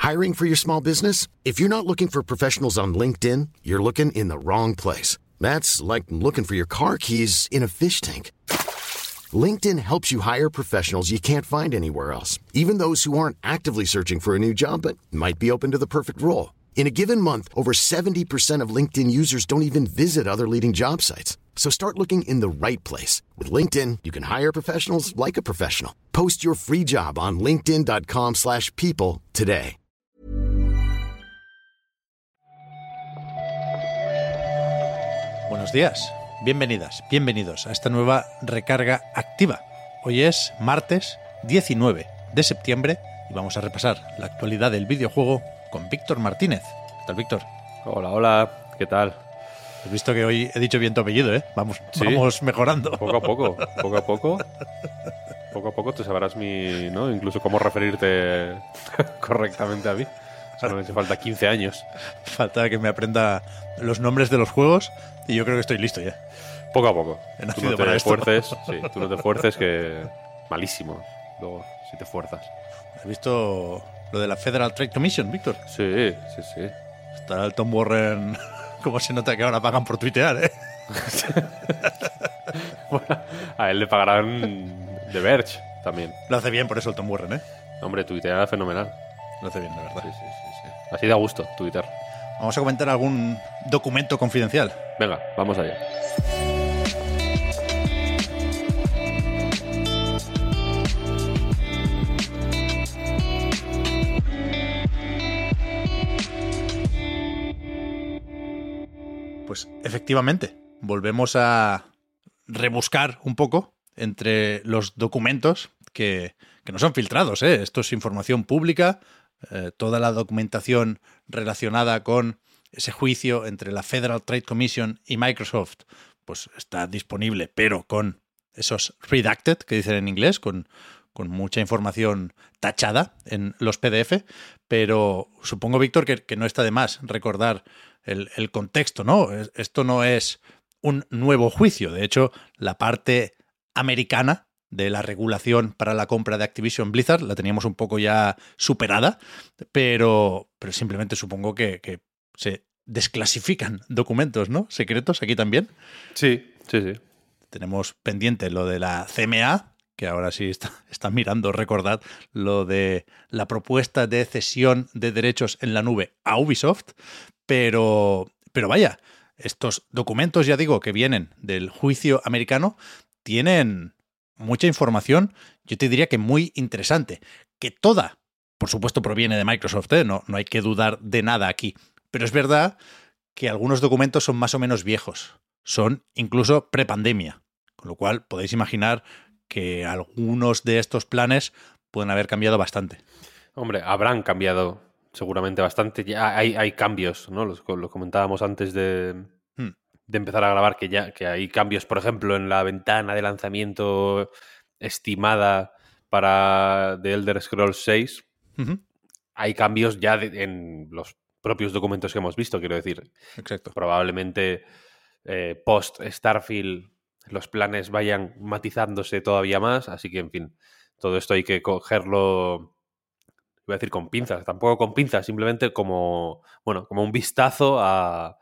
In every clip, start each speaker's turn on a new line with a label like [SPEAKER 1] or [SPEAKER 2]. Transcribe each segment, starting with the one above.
[SPEAKER 1] Hiring for your small business? If you're not looking for professionals on LinkedIn, you're looking in the wrong place. That's like looking for your car keys in a fish tank. LinkedIn helps you hire professionals you can't find anywhere else, even those who aren't actively searching for a new job but might be open to the perfect role. In a given month, over 70% of LinkedIn users don't even visit other leading job sites. So start looking in the right place. With LinkedIn, you can hire professionals like a professional. Post your free job on linkedin.com/people today.
[SPEAKER 2] Buenos días, bienvenidas, bienvenidos a esta nueva recarga activa. Hoy es martes 19 de septiembre y vamos a repasar la actualidad del videojuego con Víctor Martínez. ¿Qué tal, Víctor?
[SPEAKER 3] Hola, hola, ¿qué tal?
[SPEAKER 2] Has visto que hoy he dicho bien tu apellido, ¿eh? Vamos mejorando.
[SPEAKER 3] Poco a poco, poco a poco. Poco a poco tú sabrás ¿no? Incluso cómo referirte correctamente a mí. Solo me hace falta 15 años.
[SPEAKER 2] Falta que me aprenda los nombres de los juegos y yo creo que estoy listo ya.
[SPEAKER 3] Poco a poco.
[SPEAKER 2] He
[SPEAKER 3] Tú
[SPEAKER 2] nacido
[SPEAKER 3] no
[SPEAKER 2] para
[SPEAKER 3] te
[SPEAKER 2] esto.
[SPEAKER 3] fuerces, sí, tú no te fuerces, que malísimo. Luego, si te fuerzas.
[SPEAKER 2] ¿Has visto lo de la Federal Trade Commission, Víctor?
[SPEAKER 3] Sí.
[SPEAKER 2] Está el Tom Warren. ¿Cómo se nota que ahora pagan por tuitear, eh?
[SPEAKER 3] Bueno, a él le pagarán The Verge también.
[SPEAKER 2] Lo hace bien por eso el Tom Warren, ¿eh?
[SPEAKER 3] Hombre, tuitea fenomenal.
[SPEAKER 2] Lo hace bien, de verdad.
[SPEAKER 3] Sí. Así da gusto, Twitter.
[SPEAKER 2] Vamos a comentar algún documento confidencial.
[SPEAKER 3] Venga, vamos allá.
[SPEAKER 2] Pues efectivamente, volvemos a rebuscar un poco entre los documentos que no son filtrados, ¿eh? Esto es información pública, toda la documentación relacionada con ese juicio entre la Federal Trade Commission y Microsoft, pues está disponible, pero con esos redacted, que dicen en inglés, con mucha información tachada en los PDF, pero supongo, Víctor, que no está de más recordar el contexto, ¿no? Esto no es un nuevo juicio. De hecho, la parte americana de la regulación para la compra de Activision Blizzard la teníamos un poco ya superada, pero simplemente supongo que se desclasifican documentos, ¿no? Secretos aquí también.
[SPEAKER 3] Sí.
[SPEAKER 2] Tenemos pendiente lo de la CMA, que ahora sí está mirando, recordad, lo de la propuesta de cesión de derechos en la nube a Ubisoft, pero vaya, estos documentos, ya digo, que vienen del juicio americano, tienen mucha información, yo te diría que muy interesante, que toda, por supuesto, proviene de Microsoft, ¿eh? No hay que dudar de nada aquí, pero es verdad que algunos documentos son más o menos viejos, son incluso prepandemia, con lo cual podéis imaginar que algunos de estos planes pueden haber cambiado bastante.
[SPEAKER 3] Hombre, habrán cambiado seguramente bastante. Ya hay cambios, ¿no? Los comentábamos antes de empezar a grabar, que hay cambios, por ejemplo, en la ventana de lanzamiento estimada para The Elder Scrolls 6.
[SPEAKER 2] Uh-huh.
[SPEAKER 3] Hay cambios ya en los propios documentos que hemos visto, quiero decir.
[SPEAKER 2] Exacto.
[SPEAKER 3] Probablemente post Starfield los planes vayan matizándose todavía más, así que, en fin, todo esto hay que cogerlo, iba a decir con pinzas, tampoco con pinzas, simplemente como un vistazo a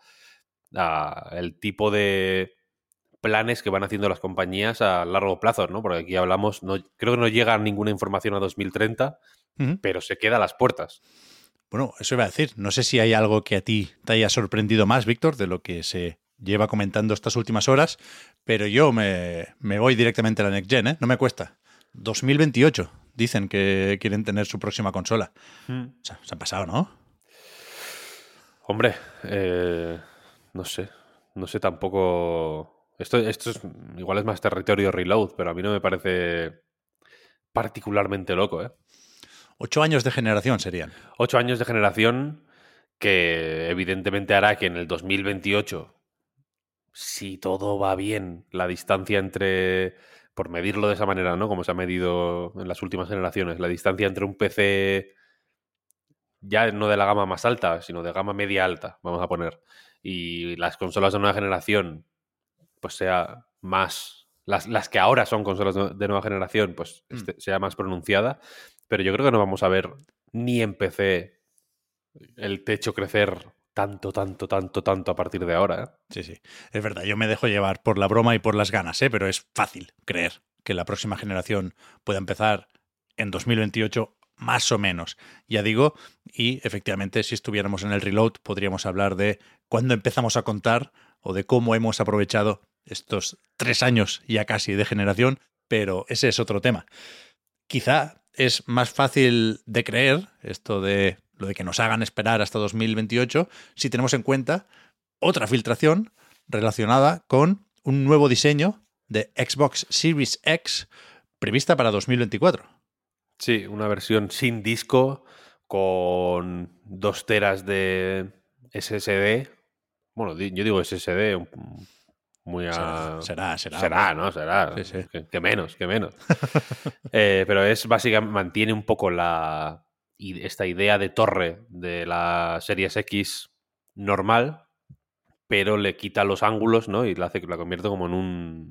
[SPEAKER 3] el tipo de planes que van haciendo las compañías a largo plazo, ¿no? Porque aquí hablamos, creo que no llega ninguna información a 2030,
[SPEAKER 2] Uh-huh.
[SPEAKER 3] pero se queda a las puertas.
[SPEAKER 2] Bueno, eso iba a decir. No sé si hay algo que a ti te haya sorprendido más, Víctor, de lo que se lleva comentando estas últimas horas, pero yo me voy directamente a la Next Gen, ¿eh? No me cuesta. 2028 dicen que quieren tener su próxima consola. O sea, se han pasado, ¿no?
[SPEAKER 3] Hombre, no sé tampoco. Esto igual es más territorio Reload, pero a mí no me parece particularmente loco, ¿eh?
[SPEAKER 2] 8 años de generación serían.
[SPEAKER 3] 8 años de generación que evidentemente hará que en el 2028, si todo va bien, la distancia entre, por medirlo de esa manera, ¿no? Como se ha medido en las últimas generaciones, la distancia entre un PC ya no de la gama más alta, sino de gama media alta, vamos a poner, y las consolas de nueva generación, pues sea más, las que ahora son consolas de nueva generación, pues sea más pronunciada, pero yo creo que no vamos a ver ni en PC el techo crecer tanto, tanto, tanto, tanto a partir de ahora.
[SPEAKER 2] Sí, sí. Es verdad, yo me dejo llevar por la broma y por las ganas, pero es fácil creer que la próxima generación pueda empezar en 2028 más o menos. Ya digo, y efectivamente si estuviéramos en el reload podríamos hablar de cuándo empezamos a contar o de cómo hemos aprovechado estos 3 años ya casi de generación, pero ese es otro tema. Quizá es más fácil de creer esto de lo de que nos hagan esperar hasta 2028 si tenemos en cuenta otra filtración relacionada con un nuevo diseño de Xbox Series X prevista para 2024.
[SPEAKER 3] Sí, una versión sin disco con 2 teras de SSD. Bueno, yo digo SSD muy a...
[SPEAKER 2] Será.
[SPEAKER 3] Será, ¿no? Será.
[SPEAKER 2] Sí, sí.
[SPEAKER 3] Que menos, que menos. Pero es básicamente, mantiene un poco esta idea de torre de la Series X normal, pero le quita los ángulos, ¿no? Y la convierte como en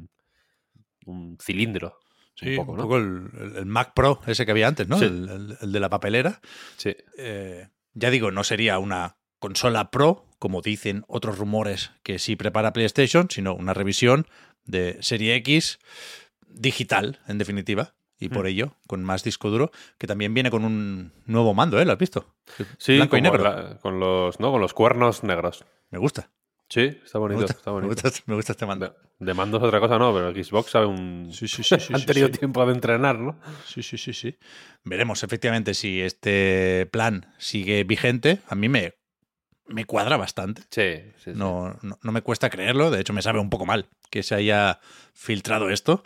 [SPEAKER 3] un cilindro.
[SPEAKER 2] Sí,
[SPEAKER 3] un
[SPEAKER 2] un
[SPEAKER 3] poco,
[SPEAKER 2] poco el Mac Pro ese que había antes, ¿no?
[SPEAKER 3] Sí.
[SPEAKER 2] El de la papelera.
[SPEAKER 3] Sí.
[SPEAKER 2] Ya digo, no sería una consola Pro, como dicen otros rumores que sí prepara PlayStation, sino una revisión de Serie X digital, en definitiva. Y por ello, con más disco duro, que también viene con un nuevo mando, ¿eh? ¿Lo has visto?
[SPEAKER 3] Sí,
[SPEAKER 2] blanco y negro.
[SPEAKER 3] con los cuernos negros.
[SPEAKER 2] Me gusta.
[SPEAKER 3] Sí, está bonito,
[SPEAKER 2] está bonito. Me gusta este mando.
[SPEAKER 3] De mando es otra cosa, no, pero Xbox sabe
[SPEAKER 2] Sí.
[SPEAKER 3] Han tenido tiempo de entrenar, ¿no?
[SPEAKER 2] Sí. Veremos efectivamente si este plan sigue vigente. A mí me cuadra bastante.
[SPEAKER 3] Sí.
[SPEAKER 2] No me cuesta creerlo. De hecho, me sabe un poco mal que se haya filtrado esto.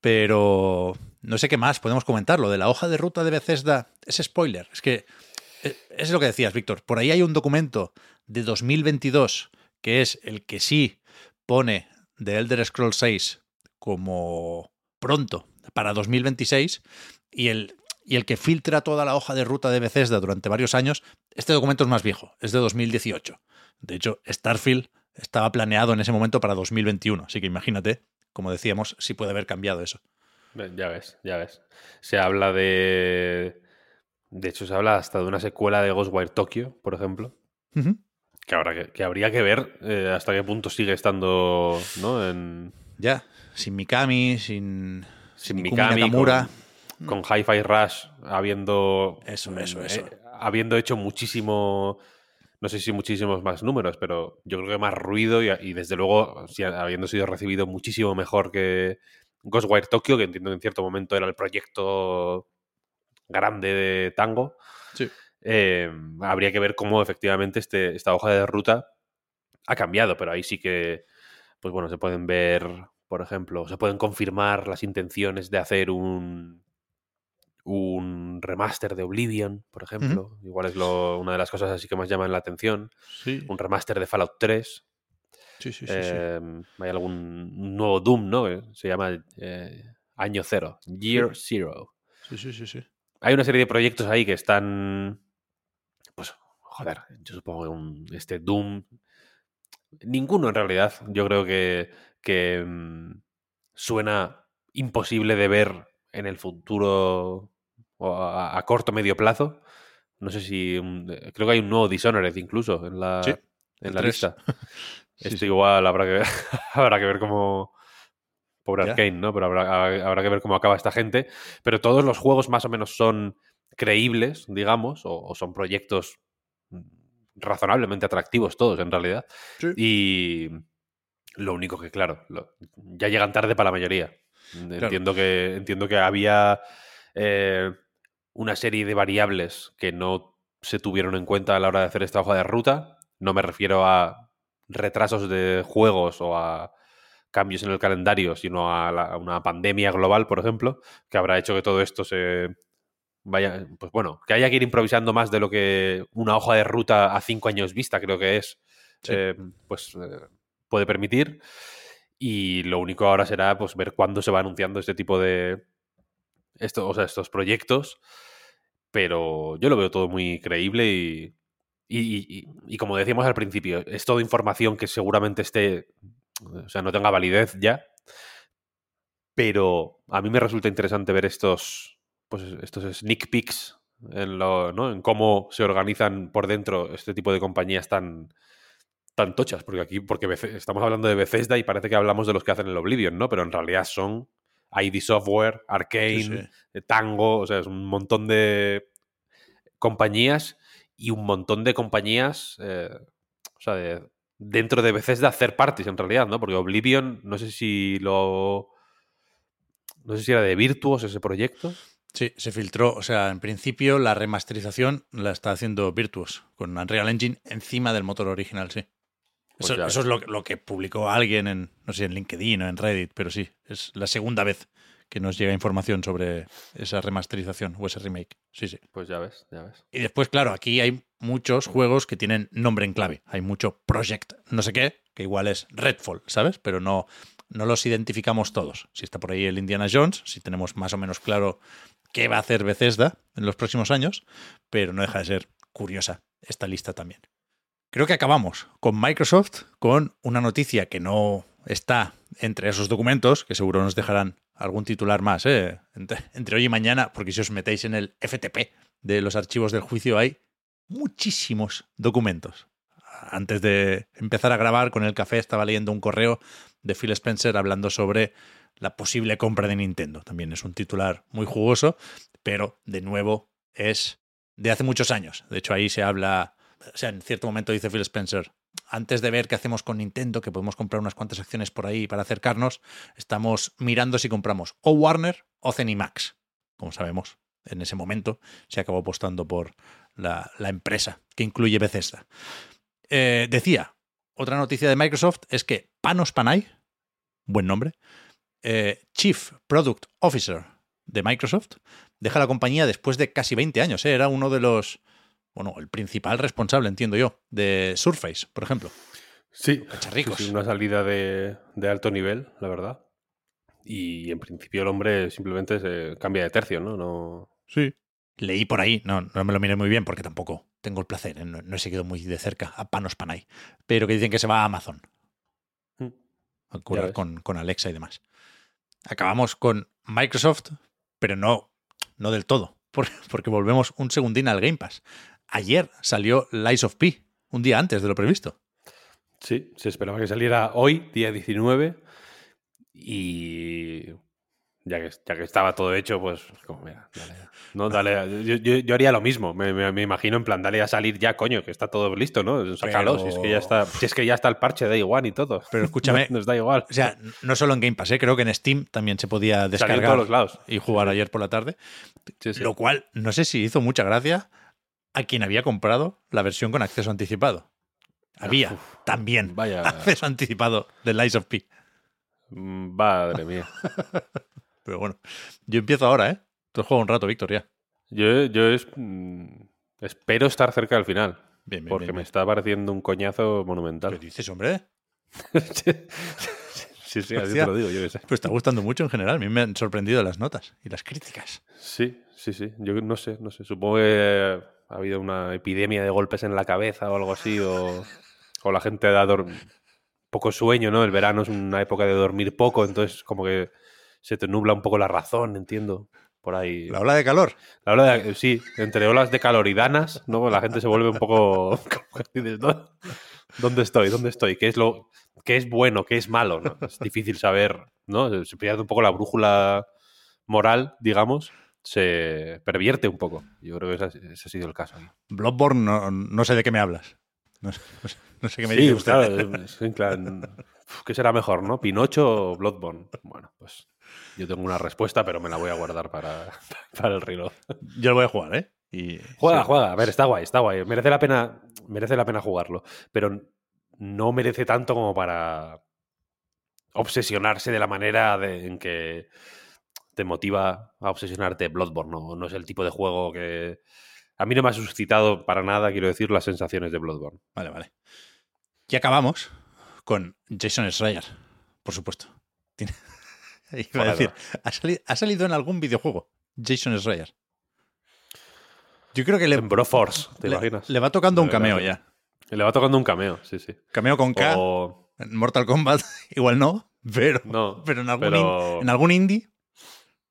[SPEAKER 2] Pero no sé qué más podemos comentar. Lo de la hoja de ruta de Bethesda es spoiler. Es que es lo que decías, Víctor. Por ahí hay un documento de 2022 que es el que sí pone The Elder Scrolls 6 como pronto para 2026 y el que filtra toda la hoja de ruta de Bethesda durante varios años, este documento es más viejo, es de 2018. De hecho, Starfield estaba planeado en ese momento para 2021, así que imagínate, como decíamos, si puede haber cambiado eso.
[SPEAKER 3] Ya ves. Se habla de... De hecho, se habla hasta de una secuela de Ghostwire Tokyo, por ejemplo.
[SPEAKER 2] Uh-huh.
[SPEAKER 3] Que habría que ver hasta qué punto sigue estando, ¿no?
[SPEAKER 2] Ya, sin Mikami, sin
[SPEAKER 3] Mikami,
[SPEAKER 2] Nakamura.
[SPEAKER 3] Con Hi-Fi Rush habiendo...
[SPEAKER 2] Eso.
[SPEAKER 3] Habiendo hecho muchísimo... No sé si muchísimos más números, pero yo creo que más ruido y desde luego habiendo sido recibido muchísimo mejor que Ghostwire Tokyo, que entiendo que en cierto momento era el proyecto grande de Tango.
[SPEAKER 2] Sí.
[SPEAKER 3] Habría que ver cómo efectivamente esta hoja de ruta ha cambiado, pero ahí sí que, pues bueno, se pueden ver, por ejemplo, se pueden confirmar las intenciones de hacer un remaster de Oblivion, por ejemplo. Uh-huh. Igual es una de las cosas así que más llaman la atención.
[SPEAKER 2] Sí.
[SPEAKER 3] Un remaster de Fallout 3.
[SPEAKER 2] Sí.
[SPEAKER 3] Hay algún nuevo Doom, ¿no? Que se llama Año Cero, Year Zero.
[SPEAKER 2] Sí.
[SPEAKER 3] Hay una serie de proyectos ahí que están... Pues, joder, yo supongo que este Doom... Ninguno en realidad. Yo creo que suena imposible de ver en el futuro o a corto o medio plazo. No sé si... creo que hay un nuevo Dishonored incluso en la lista. Esto igual habrá que ver cómo... Pobre Arkane, ¿no? Pero habrá que ver cómo acaba esta gente. Pero todos los juegos más o menos son creíbles, digamos, o son proyectos razonablemente atractivos todos, en realidad.
[SPEAKER 2] Sí.
[SPEAKER 3] Y lo único que, claro, ya llegan tarde para la mayoría. Claro. Entiendo que había una serie de variables que no se tuvieron en cuenta a la hora de hacer esta hoja de ruta. No me refiero a retrasos de juegos o a cambios en el calendario, sino a una pandemia global, por ejemplo, que habrá hecho que todo esto se vaya, pues bueno, que haya que ir improvisando más de lo que una hoja de ruta a 5 años vista, creo que es,
[SPEAKER 2] sí.
[SPEAKER 3] Puede permitir. Y lo único ahora será pues ver cuándo se va anunciando este tipo de estos proyectos. Pero yo lo veo todo muy creíble y como decíamos al principio, es toda información que seguramente no tenga validez ya. Pero a mí me resulta interesante ver estos sneak peeks en cómo se organizan por dentro este tipo de compañías tan tochas, porque estamos hablando de Bethesda y parece que hablamos de los que hacen el Oblivion, ¿no? Pero en realidad son ID Software, Arcane, Tango, o sea, es un montón de compañías y un montón de compañías, o sea, dentro de Bethesda third parties en realidad, ¿no? Porque Oblivion, no sé si era de Virtuos ese proyecto.
[SPEAKER 2] Sí, se filtró. O sea, en principio la remasterización la está haciendo Virtuos con Unreal Engine encima del motor original, sí.
[SPEAKER 3] Pues
[SPEAKER 2] Eso es lo que publicó alguien en, no sé, en LinkedIn o en Reddit, pero sí, es la segunda vez que nos llega información sobre esa remasterización o ese remake. Sí, sí.
[SPEAKER 3] Pues ya ves.
[SPEAKER 2] Y después, claro, aquí hay muchos juegos que tienen nombre en clave. Hay mucho Project no sé qué, que igual es Redfall, ¿sabes? Pero no los identificamos todos. Si está por ahí el Indiana Jones, si tenemos más o menos claro qué va a hacer Bethesda en los próximos años, pero no deja de ser curiosa esta lista también. Creo que acabamos con Microsoft, con una noticia que no está entre esos documentos, que seguro nos dejarán algún titular más, entre hoy y mañana, porque si os metéis en el FTP de los archivos del juicio hay muchísimos documentos. Antes de empezar a grabar con el café estaba leyendo un correo de Phil Spencer hablando sobre la posible compra de Nintendo. También es un titular muy jugoso, pero de nuevo es de hace muchos años. De hecho, ahí se habla... O sea, en cierto momento dice Phil Spencer, antes de ver qué hacemos con Nintendo, que podemos comprar unas cuantas acciones por ahí para acercarnos, estamos mirando si compramos o Warner o Zenimax. Como sabemos, en ese momento se acabó apostando por la empresa que incluye Bethesda. Decía, otra noticia de Microsoft es que Panos Panay, buen nombre, Chief Product Officer de Microsoft, deja la compañía después de casi 20 años. Era uno de los... Bueno, el principal responsable, entiendo yo, de Surface, por ejemplo.
[SPEAKER 3] Sí,
[SPEAKER 2] Cacharricos.
[SPEAKER 3] Sí, una salida de alto nivel, la verdad. Y en principio el hombre simplemente se cambia de tercio, ¿no?
[SPEAKER 2] Sí. Leí por ahí, no me lo miré muy bien porque tampoco tengo el placer, no he seguido muy de cerca a Panos Panay, pero que dicen que se va a Amazon a curar con Alexa y demás. Acabamos con Microsoft, pero no del todo, porque volvemos un segundín al Game Pass. Ayer salió Lies of P, un día antes de lo previsto.
[SPEAKER 3] Sí, se esperaba que saliera hoy, día 19, y ya que estaba todo hecho, pues como, mira, dale. No, dale, yo haría lo mismo, me imagino en plan, dale a salir ya, coño, que está todo listo, ¿no? Sácalo,
[SPEAKER 2] pero...
[SPEAKER 3] si es que ya está el parche de Day One y todo.
[SPEAKER 2] Pero escúchame,
[SPEAKER 3] nos da igual.
[SPEAKER 2] O sea, no solo en Game Pass, creo que en Steam también se podía descargar
[SPEAKER 3] en todos los lados.
[SPEAKER 2] Y jugar ayer por la tarde. Sí. Lo cual, no sé si hizo mucha gracia a quien había comprado la versión con acceso anticipado. Había también acceso anticipado de Lies of P.
[SPEAKER 3] Madre mía.
[SPEAKER 2] Pero bueno, yo empiezo ahora, ¿eh? Te juego un rato, Víctor, ya.
[SPEAKER 3] Yo espero estar cerca del final.
[SPEAKER 2] Bien,
[SPEAKER 3] porque me está pareciendo un coñazo monumental.
[SPEAKER 2] ¿Qué dices, hombre?
[SPEAKER 3] Sí, así te lo digo, yo qué sé.
[SPEAKER 2] Pues está gustando mucho en general. A mí me han sorprendido las notas y las críticas.
[SPEAKER 3] Sí. Yo no sé. Supongo que ha habido una epidemia de golpes en la cabeza o algo así, o la gente da poco sueño, ¿no? El verano es una época de dormir poco, entonces como que se te nubla un poco la razón, entiendo. Por ahí.
[SPEAKER 2] ¿La ola de calor?
[SPEAKER 3] Sí, entre olas de calor y danas, ¿no? La gente se vuelve un poco... ¿Dónde estoy? ¿Qué es bueno? ¿Qué es malo? ¿No? Es difícil saber, ¿no? Se pierde un poco la brújula moral, digamos. Se pervierte un poco. Yo creo que ese ha sido el caso aquí.
[SPEAKER 2] Bloodborne, no sé de qué me hablas. No sé qué me dice usted.
[SPEAKER 3] Claro, sí, claro. ¿Qué será mejor, no? ¿Pinocho o Bloodborne? Bueno, pues yo tengo una respuesta, pero me la voy a guardar para el reloj.
[SPEAKER 2] Yo lo voy a jugar, ¿eh?
[SPEAKER 3] Juega. A ver, está guay. Merece la pena jugarlo. Pero no merece tanto como para obsesionarse de la manera en que te motiva a obsesionarte Bloodborne. No es el tipo de juego que... A mí no me ha suscitado para nada, quiero decir, las sensaciones de Bloodborne.
[SPEAKER 2] Vale. Y acabamos con Jason Schreier, por supuesto. Iba a decir, ¿ha salido en algún videojuego Jason Schreier? Yo creo que
[SPEAKER 3] en Broforce, ¿te imaginas?
[SPEAKER 2] Le va tocando un cameo ya.
[SPEAKER 3] Le va tocando un cameo, sí.
[SPEAKER 2] Cameo con K. En Mortal Kombat igual no, pero en algún indie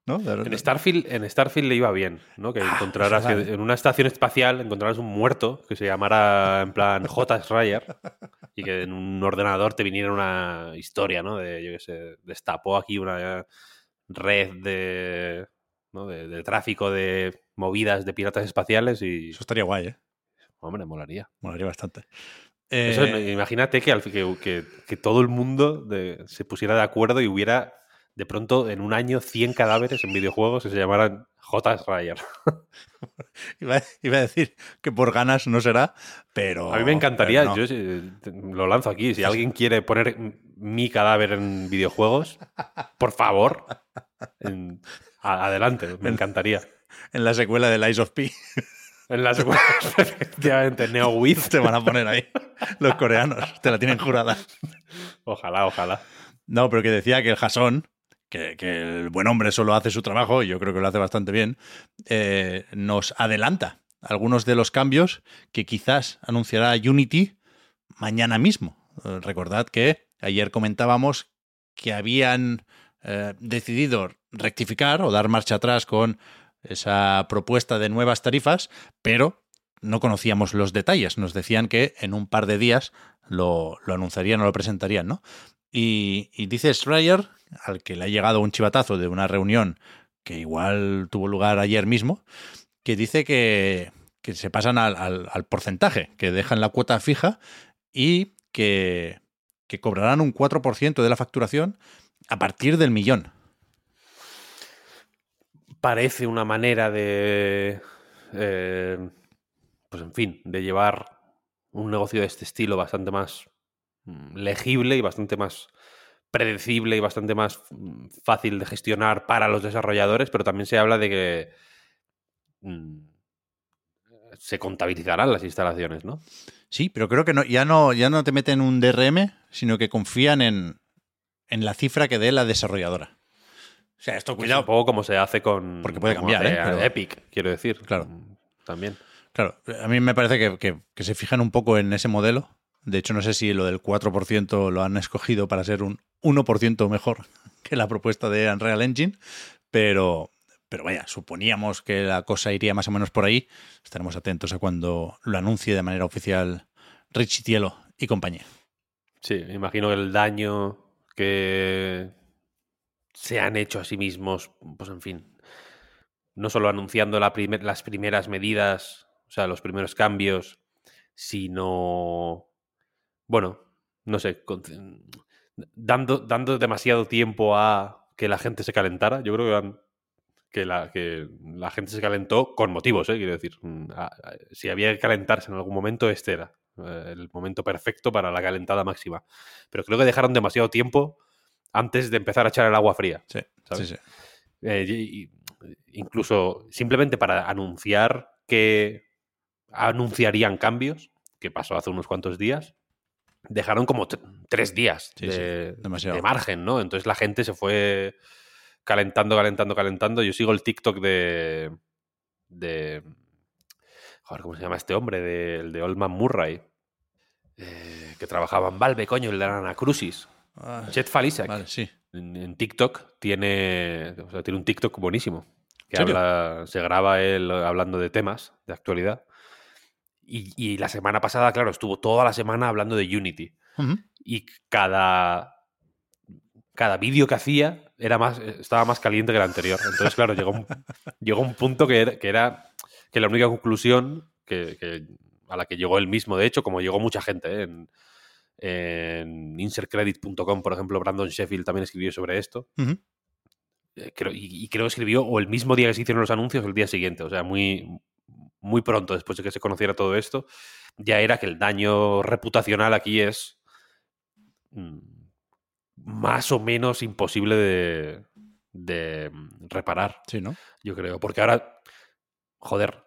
[SPEAKER 2] ¿no?
[SPEAKER 3] En Starfield le iba bien, ¿no? Que encontraras que en una estación espacial encontraras un muerto que se llamara en plan J. Schreier y que en un ordenador te viniera una historia, ¿no? De, yo qué sé, destapó aquí una red ¿no? de tráfico de movidas de piratas espaciales y...
[SPEAKER 2] Eso estaría guay, ¿eh?
[SPEAKER 3] Hombre, molaría.
[SPEAKER 2] Molaría bastante.
[SPEAKER 3] Eso, imagínate que todo el mundo se pusiera de acuerdo y hubiera de pronto en un año 100 cadáveres en videojuegos que se llamaran J. Schreier.
[SPEAKER 2] Iba a decir que por ganas no será, pero...
[SPEAKER 3] A mí me encantaría,
[SPEAKER 2] no.
[SPEAKER 3] yo lo lanzo aquí, si alguien quiere poner mi cadáver en videojuegos, por favor, adelante, me encantaría.
[SPEAKER 2] En la secuela de Lies of P.
[SPEAKER 3] En la secuela, efectivamente, NeoWiz.
[SPEAKER 2] Te van a poner ahí los coreanos, te la tienen jurada.
[SPEAKER 3] Ojalá.
[SPEAKER 2] No, pero que decía que el Jason, que el buen hombre solo hace su trabajo, y yo creo que lo hace bastante bien, nos adelanta algunos de los cambios que quizás anunciará Unity mañana mismo. Recordad que ayer comentábamos que habían decidido rectificar o dar marcha atrás con esa propuesta de nuevas tarifas, pero no conocíamos los detalles. Nos decían que en un par de días lo anunciarían o lo presentarían, ¿no? Y dice Schreier, al que le ha llegado un chivatazo de una reunión que igual tuvo lugar ayer mismo, que dice que se pasan al porcentaje, que dejan la cuota fija y que cobrarán un 4% de la facturación a partir del 1.000.000.
[SPEAKER 3] Parece una manera de, pues en fin, de llevar un negocio de este estilo bastante más legible y bastante más predecible y bastante más fácil de gestionar para los desarrolladores, pero también se habla de que se contabilizarán las instalaciones, ¿no?
[SPEAKER 2] Sí, pero creo que ya no te meten un DRM, sino que confían en la cifra que dé la desarrolladora. O sea, esto cuidado.
[SPEAKER 3] Es un poco como se hace con...
[SPEAKER 2] Porque puede cambiar,
[SPEAKER 3] pero Epic, quiero decir.
[SPEAKER 2] Claro.
[SPEAKER 3] También.
[SPEAKER 2] Claro, a mí me parece que se fijan un poco en ese modelo. De hecho, no sé si lo del 4% lo han escogido para ser un 1% mejor que la propuesta de Unreal Engine, pero vaya, suponíamos que la cosa iría más o menos por ahí. Estaremos atentos a cuando lo anuncie de manera oficial Richie Tielo y compañía.
[SPEAKER 3] Sí, me imagino que el daño que se han hecho a sí mismos, pues en fin, no solo anunciando las primeras medidas, o sea, los primeros cambios, sino, bueno, no sé, dando demasiado tiempo a que la gente se calentara. Yo creo que la gente se calentó con motivos, quiero decir. Si había que calentarse en algún momento, este era el momento perfecto para la calentada máxima. Pero creo que dejaron demasiado tiempo antes de empezar a echar el agua fría.
[SPEAKER 2] Sí,
[SPEAKER 3] ¿sabes?
[SPEAKER 2] sí.
[SPEAKER 3] Incluso simplemente para anunciar que anunciarían cambios, que pasó hace unos cuantos días, dejaron como 3 días de margen, ¿no? Entonces la gente se fue calentando. Yo sigo el TikTok de joder, ¿cómo se llama este hombre? El de Oldman Murray, que trabajaba en Valve, coño, el de Anacrusis. Jet Falisek.
[SPEAKER 2] Vale, sí.
[SPEAKER 3] En TikTok tiene un TikTok buenísimo. Que se graba él hablando de temas de actualidad. Y la semana pasada, claro, estuvo toda la semana hablando de Unity.
[SPEAKER 2] Uh-huh.
[SPEAKER 3] Y cada vídeo que hacía estaba más caliente que el anterior. Entonces, claro, llegó un punto que era que la única conclusión a la que llegó él mismo, de hecho, como llegó mucha gente en insertcredit.com, por ejemplo, Brandon Sheffield también escribió sobre esto.
[SPEAKER 2] Uh-huh.
[SPEAKER 3] Creo que escribió o el mismo día que se hicieron los anuncios o el día siguiente, o sea, muy, muy pronto después de que se conociera todo esto, ya era que el daño reputacional aquí es más o menos imposible de reparar.
[SPEAKER 2] Sí, ¿no?
[SPEAKER 3] Yo creo, porque ahora, joder,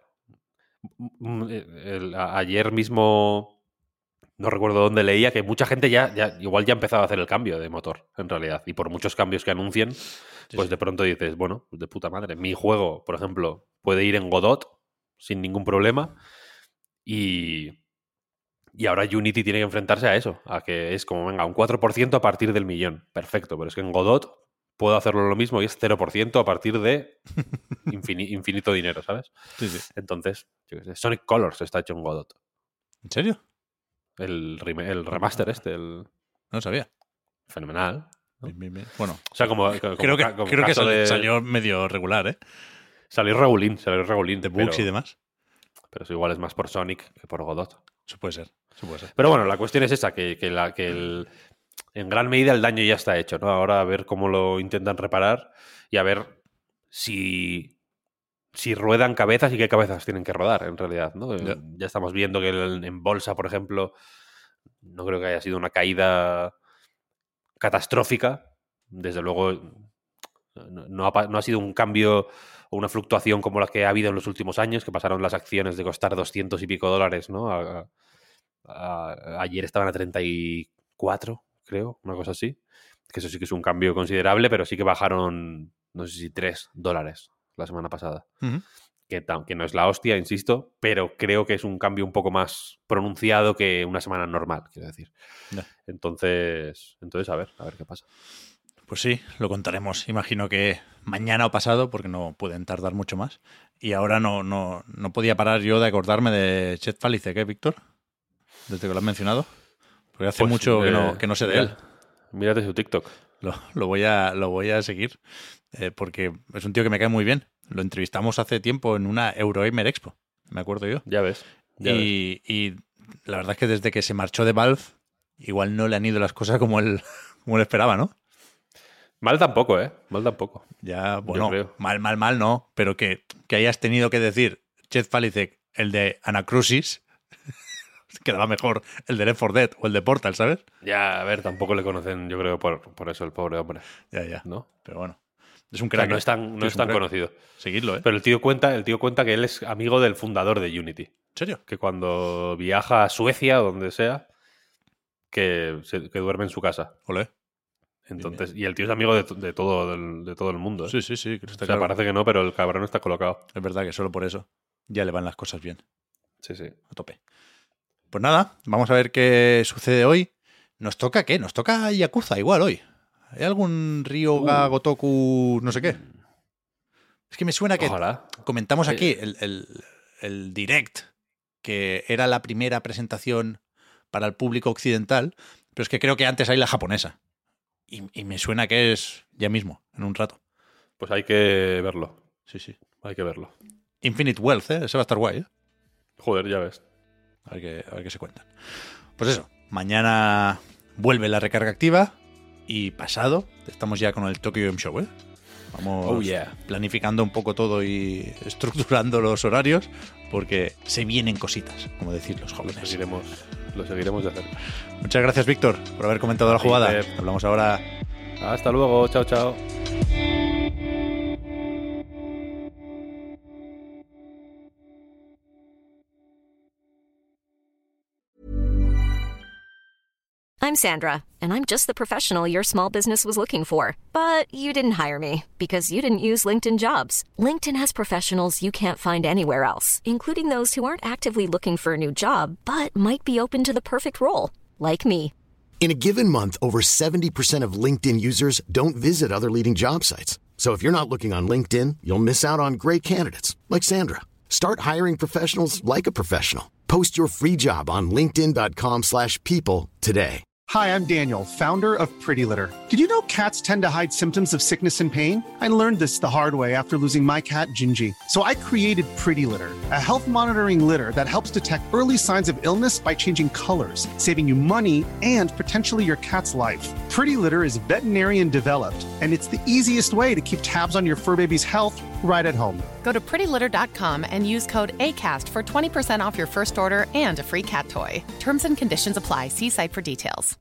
[SPEAKER 3] ayer mismo no recuerdo dónde leía que mucha gente igual ya empezaba a hacer el cambio de motor, en realidad. Y por muchos cambios que anuncien, pues de pronto dices, bueno, de puta madre. Mi juego, por ejemplo, puede ir en Godot sin ningún problema. Y ahora Unity tiene que enfrentarse a eso, a que es como, venga, un 4% a partir del 1.000.000. Perfecto, pero es que en Godot puedo hacerlo lo mismo y es 0% a partir de infinito dinero, ¿sabes?
[SPEAKER 2] Sí, sí.
[SPEAKER 3] Entonces, yo qué sé, Sonic Colors está hecho en Godot.
[SPEAKER 2] ¿En serio?
[SPEAKER 3] El remaster
[SPEAKER 2] No lo sabía.
[SPEAKER 3] fenomenal, ¿no?
[SPEAKER 2] Bien, bien. Bueno,
[SPEAKER 3] O sea, como
[SPEAKER 2] creo que salió medio regular, ¿eh?
[SPEAKER 3] Salió regulín.
[SPEAKER 2] De bugs y demás.
[SPEAKER 3] Pero eso igual es más por Sonic que por Godot.
[SPEAKER 2] Eso puede ser.
[SPEAKER 3] Pero bueno, la cuestión es esa, que en gran medida el daño ya está hecho, ¿no? Ahora a ver cómo lo intentan reparar y a ver si ruedan cabezas y qué cabezas tienen que rodar, en realidad, ¿no? Ya estamos viendo que en bolsa, por ejemplo, no creo que haya sido una caída catastrófica. Desde luego, no ha sido un cambio o una fluctuación como la que ha habido en los últimos años, que pasaron las acciones de costar 200 y pico dólares, ¿no? Ayer estaban a 34, creo, una cosa así. Que eso sí que es un cambio considerable, pero sí que bajaron, no sé si $3 la semana pasada.
[SPEAKER 2] Uh-huh.
[SPEAKER 3] Que no es la hostia, insisto, pero creo que es un cambio un poco más pronunciado que una semana normal, quiero decir.
[SPEAKER 2] Yeah.
[SPEAKER 3] Entonces a ver qué pasa.
[SPEAKER 2] Pues sí, lo contaremos. Imagino que mañana o pasado, porque no pueden tardar mucho más. Y ahora no podía parar yo de acordarme de Chet Falice, ¿qué, Víctor? Desde que lo has mencionado. Porque hace mucho que no sé de él.
[SPEAKER 3] Mírate su TikTok.
[SPEAKER 2] Lo voy a seguir, porque es un tío que me cae muy bien. Lo entrevistamos hace tiempo en una Eurogamer Expo, me acuerdo yo.
[SPEAKER 3] Ya ves.
[SPEAKER 2] Y la verdad es que desde que se marchó de Valve, igual no le han ido las cosas como él esperaba, ¿no?
[SPEAKER 3] Mal tampoco, ¿eh? Mal tampoco.
[SPEAKER 2] Ya, bueno, mal no, pero que hayas tenido que decir Chet Falice, el de Anacrusis, quedaba mejor el de Left 4 Dead o el de Portal, ¿sabes?
[SPEAKER 3] Ya, a ver, tampoco le conocen, yo creo, por eso el pobre hombre.
[SPEAKER 2] Ya.
[SPEAKER 3] ¿No?
[SPEAKER 2] Pero bueno, es un crack.
[SPEAKER 3] O sea, no es tan conocido.
[SPEAKER 2] Seguidlo, ¿eh?
[SPEAKER 3] Pero el tío cuenta que él es amigo del fundador de Unity.
[SPEAKER 2] ¿En serio?
[SPEAKER 3] Que cuando viaja a Suecia o donde sea, que duerme en su casa.
[SPEAKER 2] Olé.
[SPEAKER 3] Entonces, bien. Y el tío es amigo de todo el mundo, ¿eh?
[SPEAKER 2] Sí.
[SPEAKER 3] Está claro. Parece que no, pero el cabrón está colocado.
[SPEAKER 2] Es verdad que solo por eso ya le van las cosas bien.
[SPEAKER 3] Sí.
[SPEAKER 2] A tope. Pues nada, vamos a ver qué sucede hoy. ¿Nos toca qué? Nos toca Yakuza igual hoy. ¿Hay algún Ryoga Gotoku no sé qué? Es que me suena que
[SPEAKER 3] Ojalá.
[SPEAKER 2] Comentamos aquí el Direct, que era la primera presentación para el público occidental, pero es que creo que antes hay la japonesa. Y me suena que es ya mismo, en un rato.
[SPEAKER 3] Pues hay que verlo.
[SPEAKER 2] Sí.
[SPEAKER 3] Hay que verlo.
[SPEAKER 2] Infinite Wealth, ¿eh? Ese va a estar guay, ¿eh?
[SPEAKER 3] Joder, ya ves.
[SPEAKER 2] A ver qué se cuentan. Pues eso, mañana vuelve la recarga activa y pasado estamos ya con el Tokyo Game Show, ¿eh? Vamos planificando un poco todo y estructurando los horarios porque se vienen cositas, como decir los jóvenes.
[SPEAKER 3] Lo seguiremos de hacer.
[SPEAKER 2] Muchas gracias, Víctor, por haber comentado la jugada. Hablamos ahora.
[SPEAKER 3] Hasta luego. Chao.
[SPEAKER 4] I'm Sandra, and I'm just the professional your small business was looking for. But you didn't hire me because you didn't use LinkedIn Jobs. LinkedIn has professionals you can't find anywhere else, including those who aren't actively looking for a new job, but might be open to the perfect role, like me.
[SPEAKER 1] In a given month, over 70% of LinkedIn users don't visit other leading job sites. So if you're not looking on LinkedIn, you'll miss out on great candidates like Sandra. Start hiring professionals like a professional. Post your free job on linkedin.com/people today.
[SPEAKER 5] Hi, I'm Daniel, founder of Pretty Litter. Did you know cats tend to hide symptoms of sickness and pain? I learned this the hard way after losing my cat, Gingy. So I created Pretty Litter, a health monitoring litter that helps detect early signs of illness by changing colors, saving you money and potentially your cat's life. Pretty Litter is veterinarian developed, and it's the easiest way to keep tabs on your fur baby's health right at home.
[SPEAKER 6] Go to prettylitter.com and use code ACAST for 20% off your first order and a free cat toy. Terms and conditions apply. See site for details.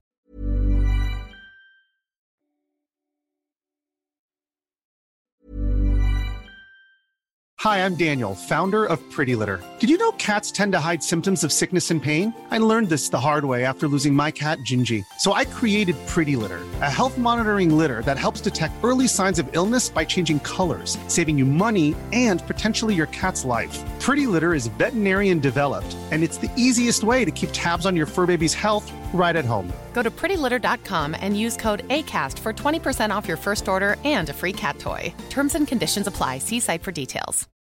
[SPEAKER 5] Hi, I'm Daniel, founder of Pretty Litter. Did you know cats tend to hide symptoms of sickness and pain? I learned this the hard way after losing my cat, Gingy. So I created Pretty Litter, a health monitoring litter that helps detect early signs of illness by changing colors, saving you money and potentially your cat's life. Pretty Litter is veterinarian developed, and it's the easiest way to keep tabs on your fur baby's health right at home.
[SPEAKER 6] Go to prettylitter.com and use code ACAST for 20% off your first order and a free cat toy. Terms and conditions apply. See site for details.